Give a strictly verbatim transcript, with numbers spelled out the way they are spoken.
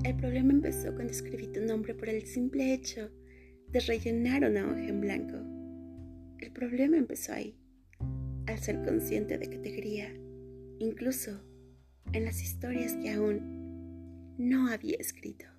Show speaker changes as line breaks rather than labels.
El problema empezó cuando escribí tu nombre por el simple hecho de rellenar una hoja en blanco. El problema empezó ahí, al ser consciente de que te quería, incluso en las historias que aún no había escrito.